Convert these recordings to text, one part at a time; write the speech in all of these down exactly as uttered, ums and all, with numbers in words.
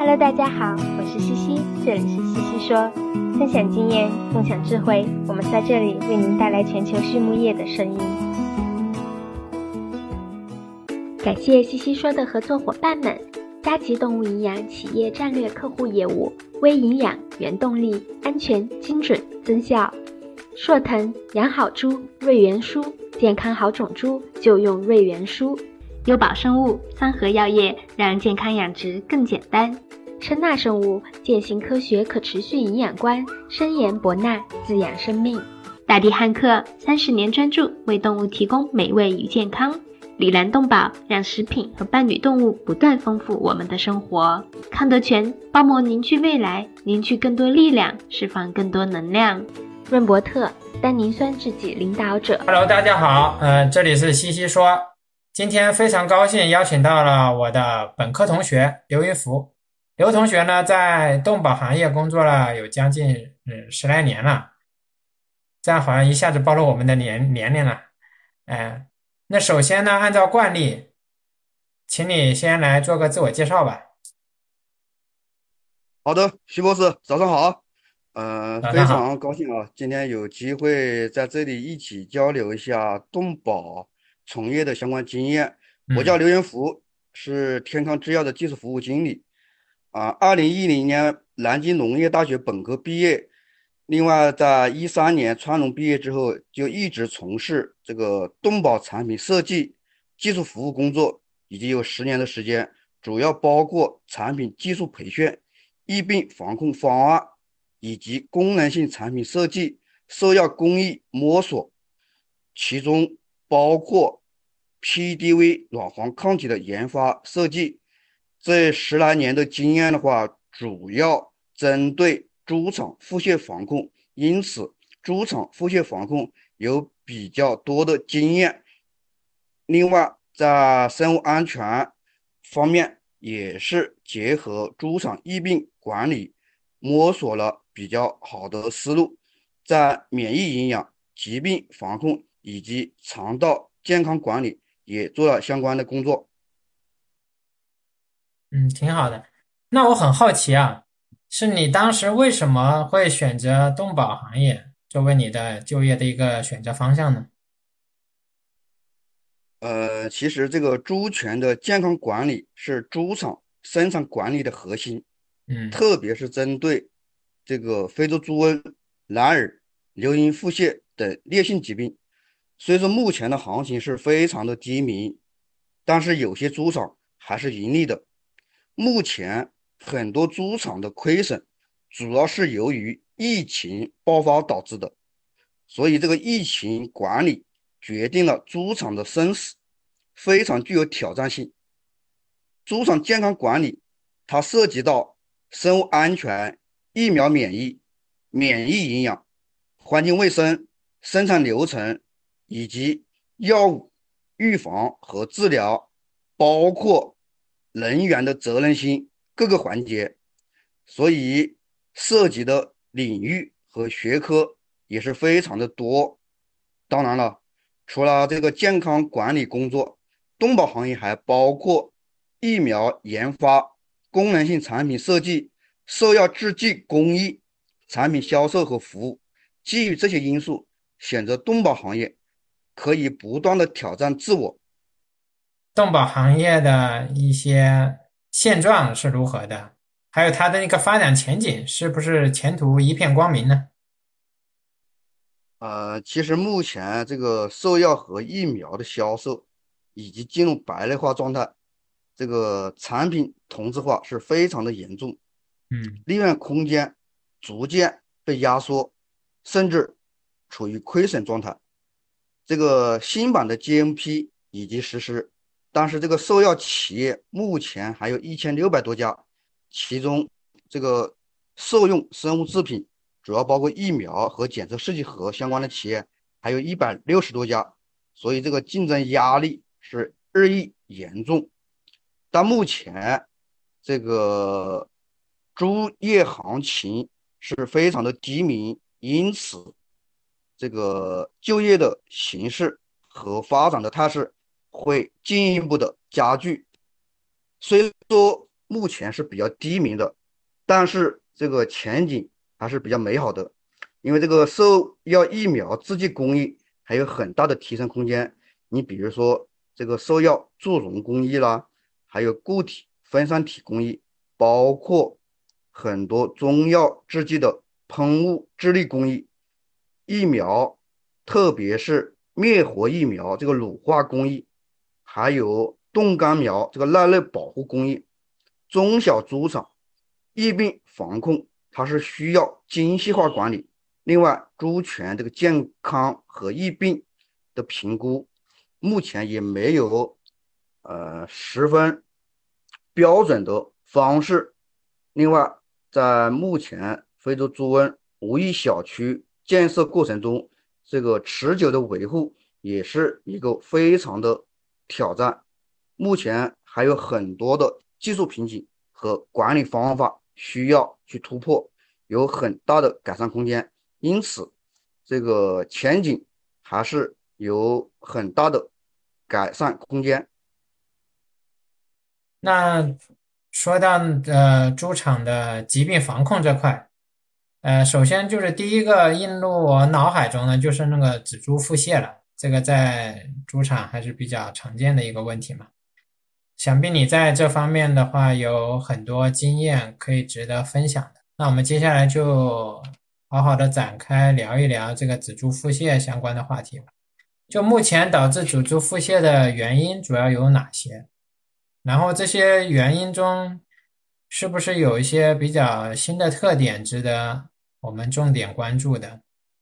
Hello， 大家好，我是西西，这里是西西说，分享经验，共享智慧，我们在这里为您带来全球畜牧业的声音。感谢西西说的合作伙伴们：嘉吉动物营养企业战略客户业务、微营养、原动力、安全、精准、增效；硕腾、养好猪、瑞元舒，健康好种猪就用瑞元舒；优宝生物、三和药业，让健康养殖更简单；琛纳生物，践行科学可持续营养观，深研博纳，滋养生命；大地汉克，三十年专注为动物提供美味与健康；里兰动宝，让食品和伴侣动物不断丰富我们的生活；康德全，包膜凝聚未来，凝聚更多力量，释放更多能量；润伯特，单宁酸制剂领导者。 Hello， 大家好，呃，这里是西西说。今天非常高兴邀请到了我的本科同学刘云福。刘同学呢，在动保行业工作了有将近嗯十来年了，这样好像一下子暴露我们的年年龄了。哎，那首先呢，按照惯例，请你先来做个自我介绍吧。 好的，徐博士，早上好。呃， 早上好。 非常高兴啊，今天有机会在这里一起交流一下动保从业的相关经验。我叫嗯刘元福，是天康制药的技术服务经理。啊，二零一零年南京农业大学本科毕业，另外在一三年川农毕业之后，就一直从事这个动保产品设计、技术服务工作，已经有十年的时间，主要包括产品技术培训、疫病防控方案以及功能性产品设计、兽药工艺摸索，其中包括 P D V 卵黄抗体的研发设计。这十来年的经验的话，主要针对猪场腹泻防控，因此猪场腹泻防控有比较多的经验。另外，在生物安全方面，也是结合猪场疫病管理，摸索了比较好的思路，在免疫营养、疾病防控以及肠道健康管理也做了相关的工作。 嗯，挺好的。那我很好奇啊，是你当时为什么会选择动保行业作为你的就业的一个选择方向呢？ 呃，其实这个猪群的健康管理是猪场生产管理的核心， 嗯特别是针对这个非洲猪瘟、蓝耳、流行腹泻等烈性疾病。所以说目前的行情是非常的低迷，但是有些猪场还是盈利的。目前很多猪场的亏损主要是由于疫情爆发导致的，所以这个疫情管理决定了猪场的生死，非常具有挑战性。猪场健康管理它涉及到生物安全、疫苗免疫、免疫营养、环境卫生、生产流程以及药物预防和治疗，包括人员的责任心各个环节，所以涉及的领域和学科也是非常的多。当然了，除了这个健康管理工作，动保行业还包括疫苗研发、功能性产品设计、兽药制剂工艺、产品销售和服务。基于这些因素，选择动保行业可以不断的挑战自我。 动保行业的一些现状是如何的？还有它的那个发展前景是不是前途一片光明呢？ 呃，其实目前这个兽药和疫苗的销售已经进入白热化状态，这个产品同质化是非常的严重， 嗯利润空间逐渐被压缩，甚至处于亏损状态。这个新版的 G M P 已经实施，但是这个兽药企业目前还有一千六百多家，其中这个兽用生物制品主要包括疫苗和检测试剂盒相关的企业还有一百六十多家，所以这个竞争压力是日益严重。但目前这个猪业行情是非常的低迷，因此这个就业的形势和发展的态势会进一步的加剧。虽说目前是比较低迷的，但是这个前景还是比较美好的，因为这个兽药疫苗制剂工艺还有很大的提升空间。你比如说这个兽药注溶工艺啦，还有固体分散体工艺，包括很多中药制剂的喷雾制粒工艺，疫苗，特别是灭活疫苗这个乳化工艺，还有冻干苗这个耐热保护工艺。中小猪场疫病防控它是需要精细化管理。另外，猪权这个健康和疫病的评估，目前也没有呃十分标准的方式。另外，在目前非洲猪瘟无疫小区建设过程中，这个持久的维护也是一个非常的挑战。目前还有很多的技术瓶颈和管理方法需要去突破，有很大的改善空间。因此，这个前景还是有很大的改善空间。 那说到呃猪场的疾病防控这块，呃，首先就是第一个映入我脑海中的就是那个仔猪腹泻了，这个在猪场还是比较常见的一个问题嘛。想必你在这方面的话有很多经验可以值得分享的。那我们接下来就好好的展开聊一聊这个仔猪腹泻相关的话题吧。就目前导致仔猪腹泻的原因主要有哪些？然后这些原因中是不是有一些比较新的特点值得我们重点关注的？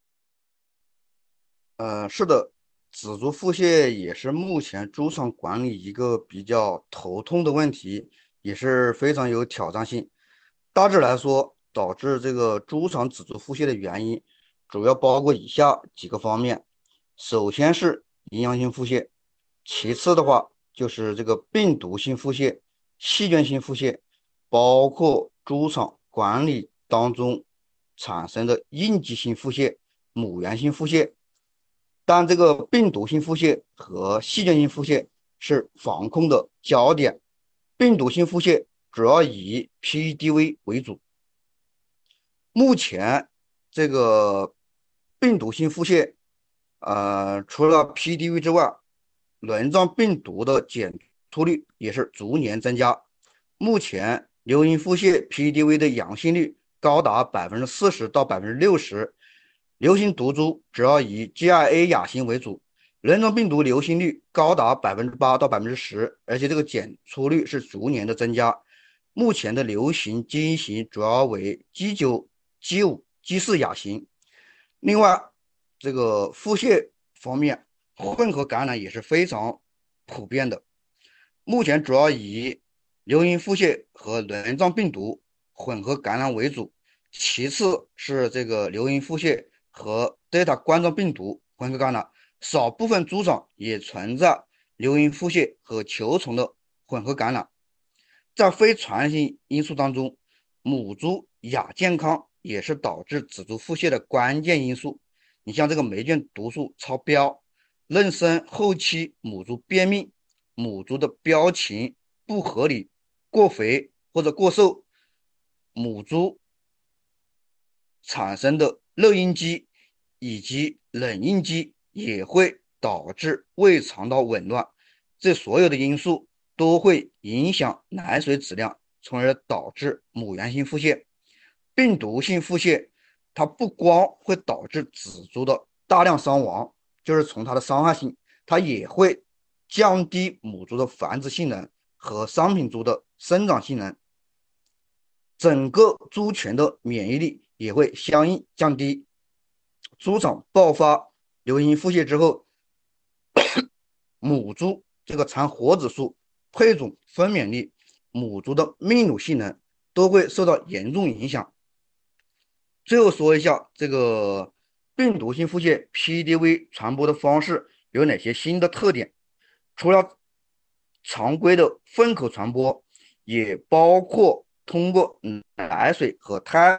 呃，是的，仔猪腹泻也是目前猪场管理一个比较头痛的问题，也是非常有挑战性。大致来说，导致这个猪场仔猪腹泻的原因，主要包括以下几个方面。首先是营养性腹泻，其次的话就是这个病毒性腹泻、细菌性腹泻，包括猪场管理当中产生的应激性腹泻、母源性腹泻。但这个病毒性腹泻和细菌性腹泻是防控的焦点。病毒性腹泻主要以 P D V 为主。目前这个病毒性腹泻，呃，除了 P D V 之外，轮状病毒的检出率也是逐年增加。目前流行腹泻 P D V 的阳性率高达百分之四十到百分之六十。流行毒株主要以 G I A 亚型为主，轮状病毒流行率高达百分之八到百分之十，而且这个检出率是逐年的增加。目前的流行基因型主要为 G 九、G 五、G 四亚型。另外，这个腹泻方面，混合感染也是非常普遍的。目前主要以流行腹泻和轮状病毒混合感染为主，其次是这个流行腹泻和 Delta 冠状病毒混合感染，少部分猪场也存在流行腹泻和球虫的混合感染。在非传染性因素当中，母猪亚健康也是导致仔猪腹泻的关键因素。你像这个霉菌毒素超标、妊娠后期母猪便秘、母猪的标情不合理、过肥或者过瘦，母猪产生的热应激以及冷应激也会导致胃肠道紊乱，这所有的因素都会影响奶水质量，从而导致母源性腹泻。病毒性腹泻它不光会导致仔猪的大量伤亡，就是从它的伤害性，它也会降低母猪的繁殖性能和商品猪的生长性能，整个猪群的免疫力也会相应降低。猪场爆发流行腹泻之后，母猪这个产活指数、配种分娩率、母猪的泌乳性能都会受到严重影响。最后说一下这个病毒性腹泻 P D V 传播的方式有哪些新的特点。除了常规的粪口传播，也包括通过奶水和胎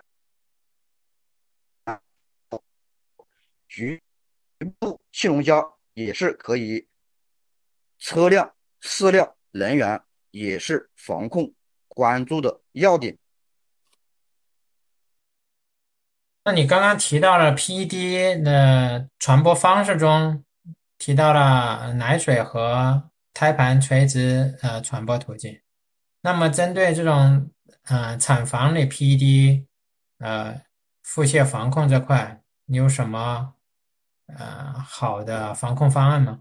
局部气溶胶，也是可以。车辆、饲料、人员也是防控关注的要点。 那你刚刚提到了 P E D 的传播方式中，提到了奶水和胎盘垂直呃传播途径。那么针对这种呃产房里 P E D 呃腹泻防控这块，你有什么呃好的防控方案吗？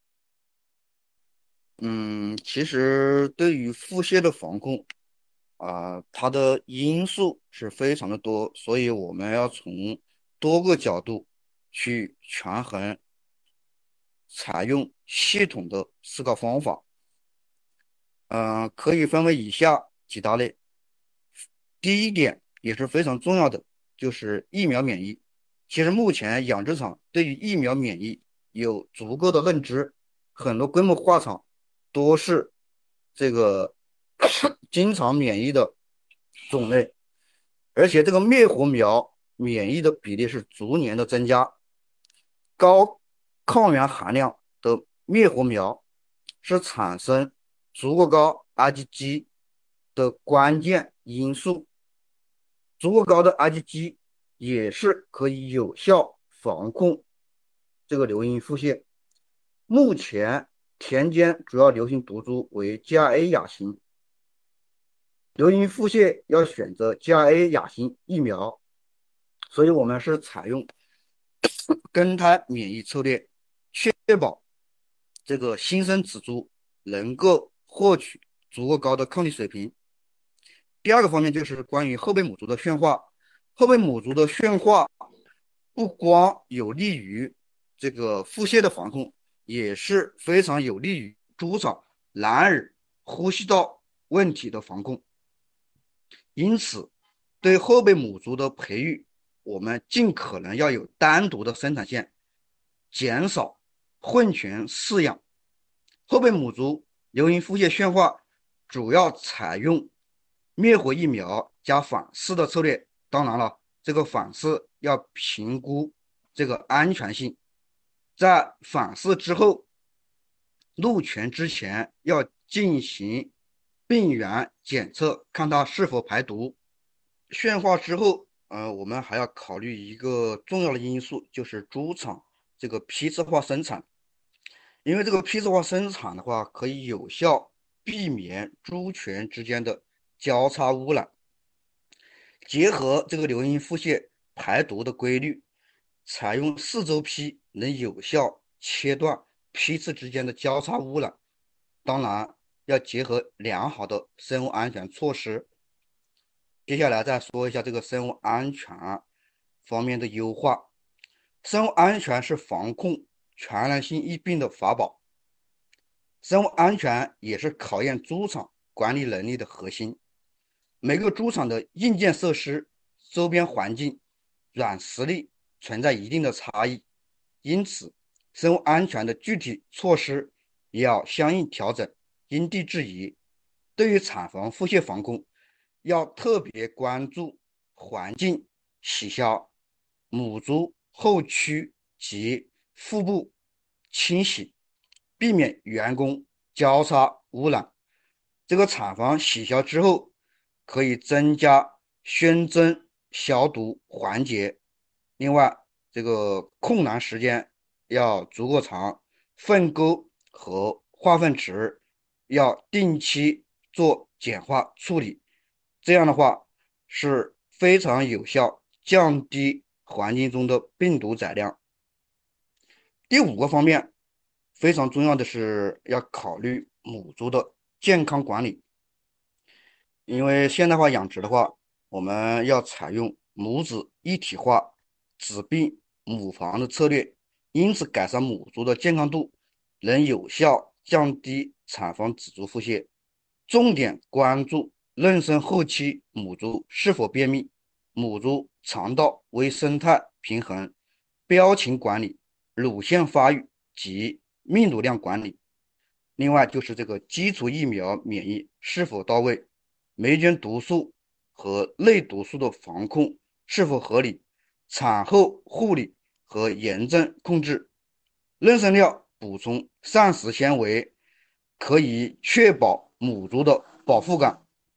嗯，其实对于腹泻的防控啊，它的因素是非常的多，所以我们要从多个角度去权衡，采用系统的思考方法。嗯，可以分为以下几大类。第一点也是非常重要的，就是疫苗免疫。其实目前养殖场对于疫苗免疫有足够的认知，很多规模化厂都是这个经常免疫的种类，而且这个灭活苗免疫的比例是逐年的增加。高抗原含量的灭活苗是产生足够高 IgG 的关键因素。足够高的 IgG 也是可以有效防控这个流行腹泻。目前田间主要流行毒株为 G R A 亚型，流行腹泻要选择 G R A 亚型疫苗，所以我们是采用跟胎免疫策略，确保这个新生仔猪能够获取足够高的抗体水平。第二个方面就是关于后备母猪的驯化，后备母猪的驯化不光有利于这个腹泻的防控，也是非常有利于猪场蓝耳呼吸道问题的防控。因此，对后备母猪的培育，我们尽可能要有单独的生产线，减少混群饲养。后备母猪流行腹泻驯化主要采用灭活疫苗加反噬的策略。当然了，这个反噬要评估这个安全性，在反噬之后入圈之前要进行病原检测，看它是否排毒。驯化之后，呃，我们还要考虑一个重要的因素，就是猪场这个批次化生产。因为这个批次化生产的话，可以有效避免猪群之间的交叉污染。结合这个流行腹泻排毒的规律，采用四周批能有效切断批次之间的交叉污染。当然，要结合良好的生物安全措施。接下来再说一下这个生物安全方面的优化。生物安全是防控传染性疫病的法宝，生物安全也是考验猪场管理能力的核心。每个猪场的硬件设施、周边环境、软实力存在一定的差异，因此生物安全的具体措施也要相应调整，因地制宜。对于产房腹泻防控，要特别关注环境洗消、母猪后区及腹部清洗，避免员工交叉污染。这个产房洗消之后，可以增加熏蒸消毒环节。另外，这个控燃时间要足够长，粪沟和化粪池要定期做碱化处理。这样的话是非常有效降低环境中的病毒载量。第五个方面非常重要的是要考虑母猪的健康管理。因为现代化养殖的话，我们要采用母子一体化、子病母防的策略，因此改善母猪的健康度，能有效降低产房仔猪腹泻。重点关注妊娠后期母猪是否便秘，母猪肠道微生态平衡、标情管理、乳腺发育及泌乳量管理。另外就是这个基础疫苗免疫是否到位，霉菌毒素和类毒素的防控是否合理，产后护理和炎症控制，妊娠料补充膳食纤维，可以确保母猪的饱腹感。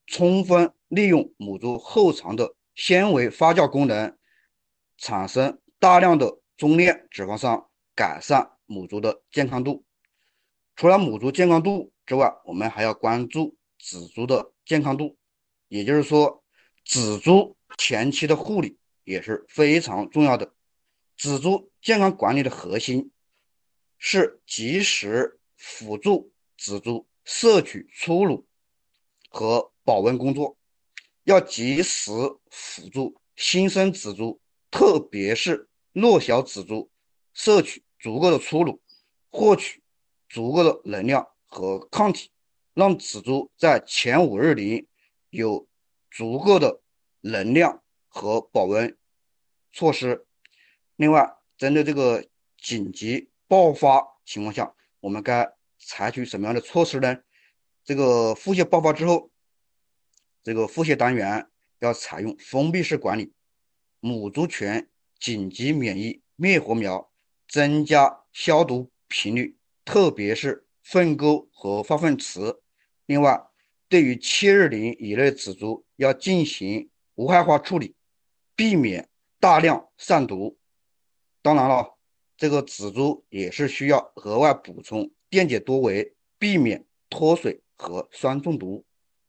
充分利用母猪后肠的纤维发酵功能，产生大量的中链脂肪酸，改善母猪的健康度。除了母猪健康度之外，我们还要关注仔猪的健康度，也就是说，仔猪前期的护理也是非常重要的。仔猪健康管理的核心是及时辅助仔猪摄取初乳和保温工作，要及时辅助新生仔猪，特别是弱小仔猪摄取足够的初乳，获取足够的能量和抗体，让仔猪在前五日里有足够的能量和保温措施。另外，针对这个紧急爆发情况下，我们该采取什么样的措施呢？这个腹泻爆发之后，这个腹泻单元要采用封闭式管理，母猪群紧急免疫灭活苗，增加消毒频率，特别是粪沟和化粪池。另外，对于七日龄以内仔猪要进行无害化处理，避免大量散毒。当然了，这个仔猪也是需要额外补充电解多维，避免脱水和酸中毒。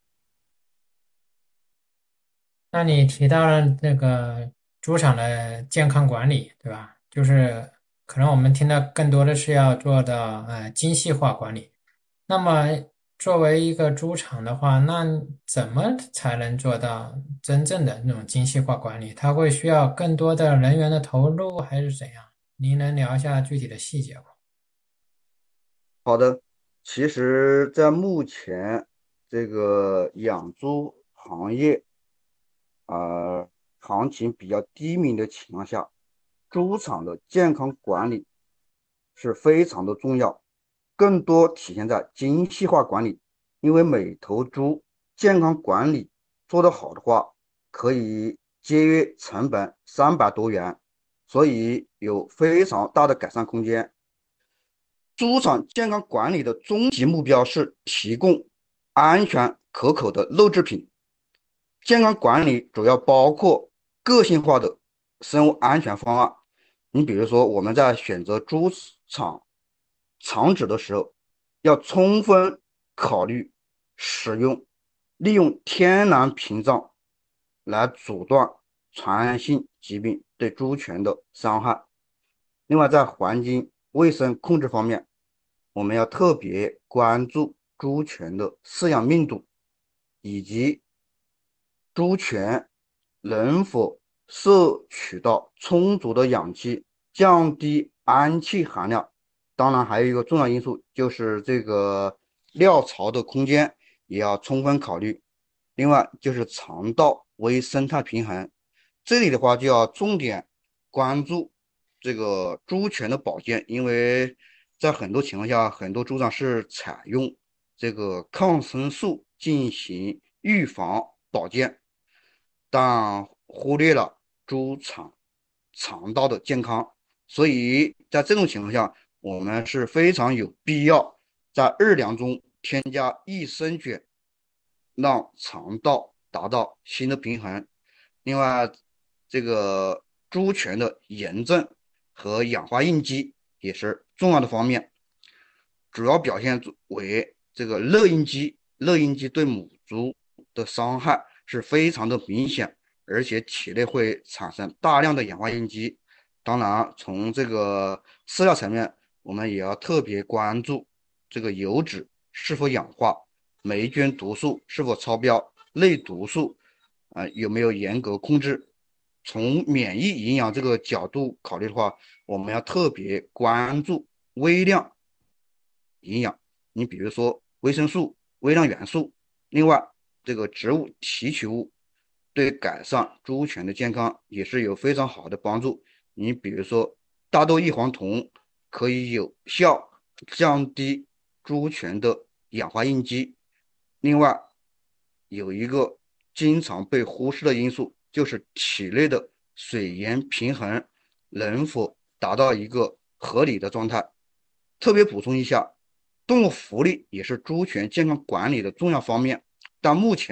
那你提到了那个猪场的健康管理，对吧？就是可能我们听到更多的是要做到呃精细化管理。那么作为一个猪场的话，那怎么才能做到真正的那种精细化管理？它会需要更多的人员的投入，还是怎样？您能聊一下具体的细节吗？ 好的，其实，在目前这个养猪行业呃行情比较低迷的情况下，猪场的健康管理是非常的重要，更多体现在精细化管理。因为每头猪健康管理做得好的话，可以节约成本三百多元，所以有非常大的改善空间。猪场健康管理的终极目标是提供安全可口的肉制品。健康管理主要包括个性化的生物安全方案。你比如说，我们在选择猪场场址的时候，要充分考虑使用利用天然屏障来阻断传染性疾病对猪群的伤害。另外，在环境卫生控制方面，我们要特别关注猪群的饲养密度，以及猪群能否摄取到充足的氧气，降低氨气含量。当然，还有一个重要因素就是这个尿槽的空间也要充分考虑。另外就是肠道微生态平衡，这里的话就要重点关注这个猪群的保健，因为在很多情况下，很多猪场是采用这个抗生素进行预防保健，但忽略了猪场肠道的健康。所以在这种情况下，我们是非常有必要在日粮中添加益生菌，让肠道达到新的平衡。另外，这个猪群的炎症和氧化应激也是重要的方面，主要表现为这个热应激。热应激对母猪的伤害是非常的明显，而且体内会产生大量的氧化应激。当然，从这个饲料层面，我们也要特别关注这个油脂是否氧化，霉菌毒素是否超标，类毒素啊、呃、有没有严格控制。从免疫营养这个角度考虑的话，我们要特别关注微量营养，你比如说维生素、微量元素。另外，这个植物提取物对改善猪群的健康也是有非常好的帮助。你比如说大豆异黄酮可以有效降低猪群的氧化应激。另外，有一个经常被忽视的因素，就是体内的水盐平衡能否达到一个合理的状态。特别补充一下，动物福利也是猪群健康管理的重要方面，但目前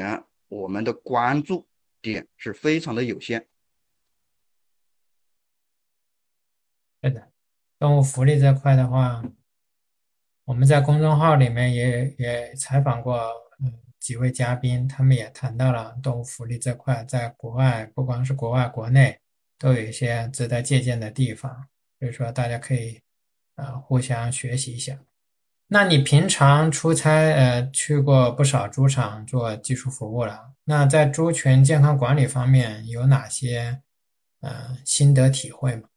我们的关注点是非常的有限。 是的，动物福利这块的话，我们在公众号里面也也采访过，嗯，几位嘉宾，他们也谈到了动物福利这块，在国外，不光是国外，国内都有一些值得借鉴的地方，所以说大家可以呃互相学习一下。那你平常出差呃去过不少猪场做技术服务了，那在猪群健康管理方面有哪些呃心得体会吗？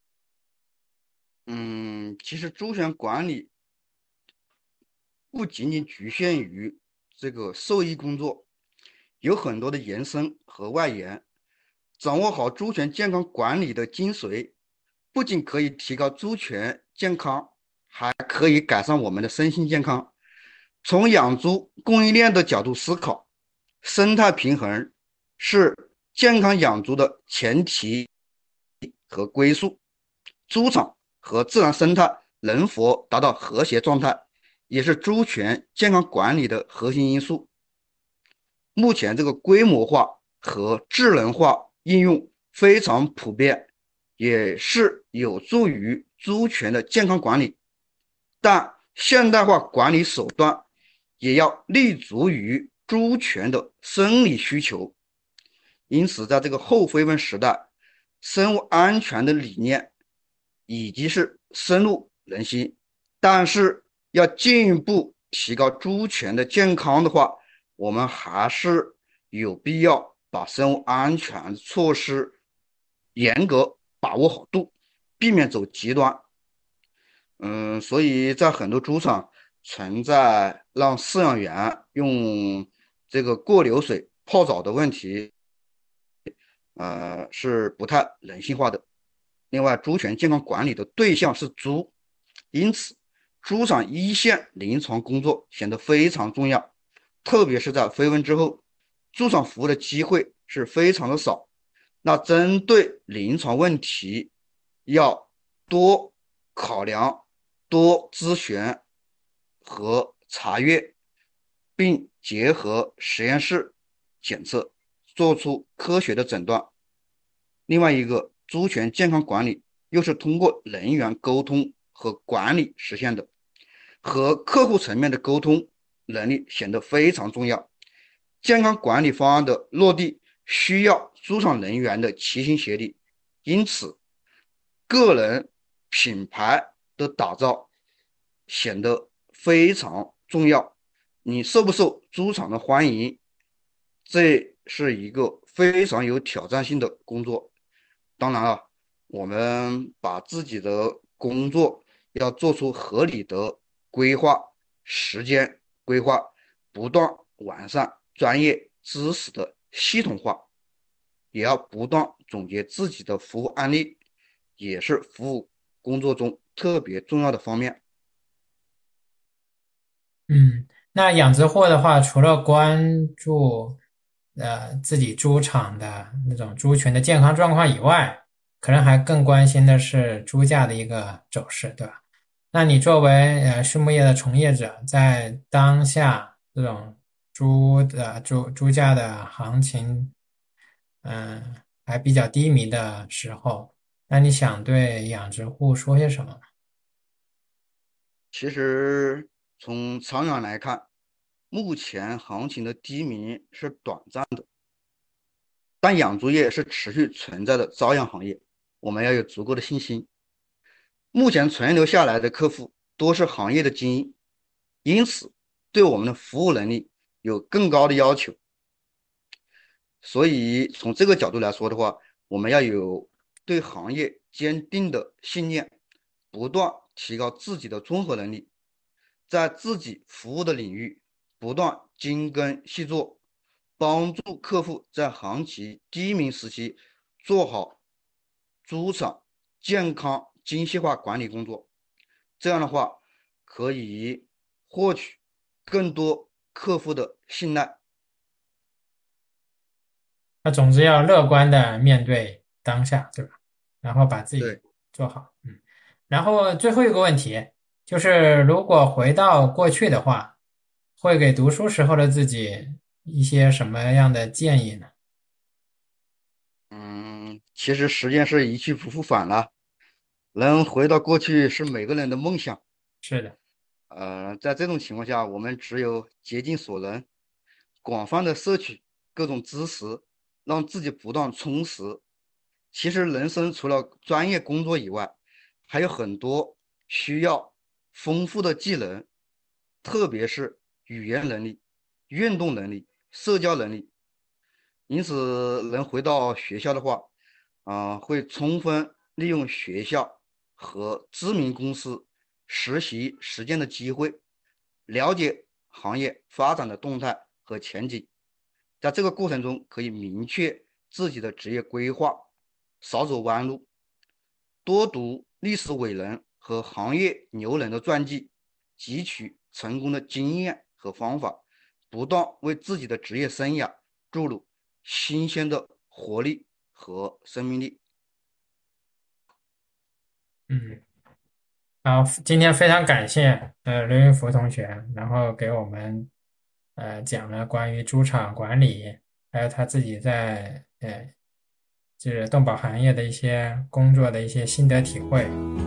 嗯，其实猪圈管理不仅仅局限于这个兽医工作，有很多的延伸和外延。掌握好猪群健康管理的精髓，不仅可以提高猪群健康，还可以改善我们的身心健康。从养猪供应链的角度思考，生态平衡是健康养猪的前提和归宿。猪场和自然生态能否达到和谐状态，也是猪群健康管理的核心因素。目前这个规模化和智能化应用非常普遍，也是有助于猪群的健康管理。但现代化管理手段也要立足于猪群的生理需求。因此，在这个后飞蚊时代，生物安全的理念已经是深入人心。但是，要进一步提高猪群的健康的话，我们还是有必要把生物安全措施严格把握好度，避免走极端。嗯，所以在很多猪场存在让饲养员用这个过流水泡澡的问题，呃，是不太人性化的。另外，猪群健康管理的对象是猪，因此，猪场一线临床工作显得非常重要，特别是在飞蚊之后，猪场服务的机会是非常的少。那针对临床问题，要多考量、多咨询和查阅，并结合实验室检测，做出科学的诊断。另外一个，猪群健康管理又是通过人员沟通和管理实现的，和客户层面的沟通能力显得非常重要。健康管理方案的落地需要猪场人员的齐心协力，因此，个人品牌的打造显得非常重要。你受不受猪场的欢迎，这是一个非常有挑战性的工作。当然了，我们把自己的工作要做出合理的规划，时间规划，不断完善专业知识的系统化，也要不断总结自己的服务案例，也是服务工作中特别重要的方面。 嗯，那养殖户的话，除了关注呃自己猪场的那种猪群的健康状况以外，可能还更关心的是猪价的一个走势，对吧？那你作为呃畜牧业的从业者，在当下这种猪的猪猪价的行情，嗯、还比较低迷的时候，那你想对养殖户说些什么？ 其实从长远来看，目前行情的低迷是短暂的，但养猪业是持续存在的朝阳行业，我们要有足够的信心。目前存留下来的客户多是行业的精英，因此对我们的服务能力有更高的要求。所以从这个角度来说的话，我们要有对行业坚定的信念，不断提高自己的综合能力，在自己服务的领域不断精耕细作，帮助客户在行情低迷时期做好猪场健康精细化管理工作。这样的话，可以获取更多客户的信赖。 那总之要乐观的面对当下，对吧？然后把自己对。 做好，嗯。然后最后一个问题就是，如果回到过去的话，会给读书时候的自己一些什么样的建议呢？ 嗯，其实时间是一去不复返了，能回到过去是每个人的梦想。 是的。 呃，在这种情况下，我们只有竭尽所能，广泛的摄取各种知识，让自己不断充实。其实人生除了专业工作以外，还有很多需要丰富的技能，特别是语言能力、运动能力、社交能力。因此，能回到学校的话，啊、会充分利用学校和知名公司实习实践的机会，了解行业发展的动态和前景。在这个过程中，可以明确自己的职业规划，少走弯路，多读历史伟人和行业牛人的传记，汲取成功的经验和方法，不断为自己的职业生涯注入新鲜的活力和生命力。 嗯。好，今天非常感谢呃刘云福同学，然后给我们呃讲了关于猪场管理，还有他自己在呃就是动保行业的一些工作的一些心得体会。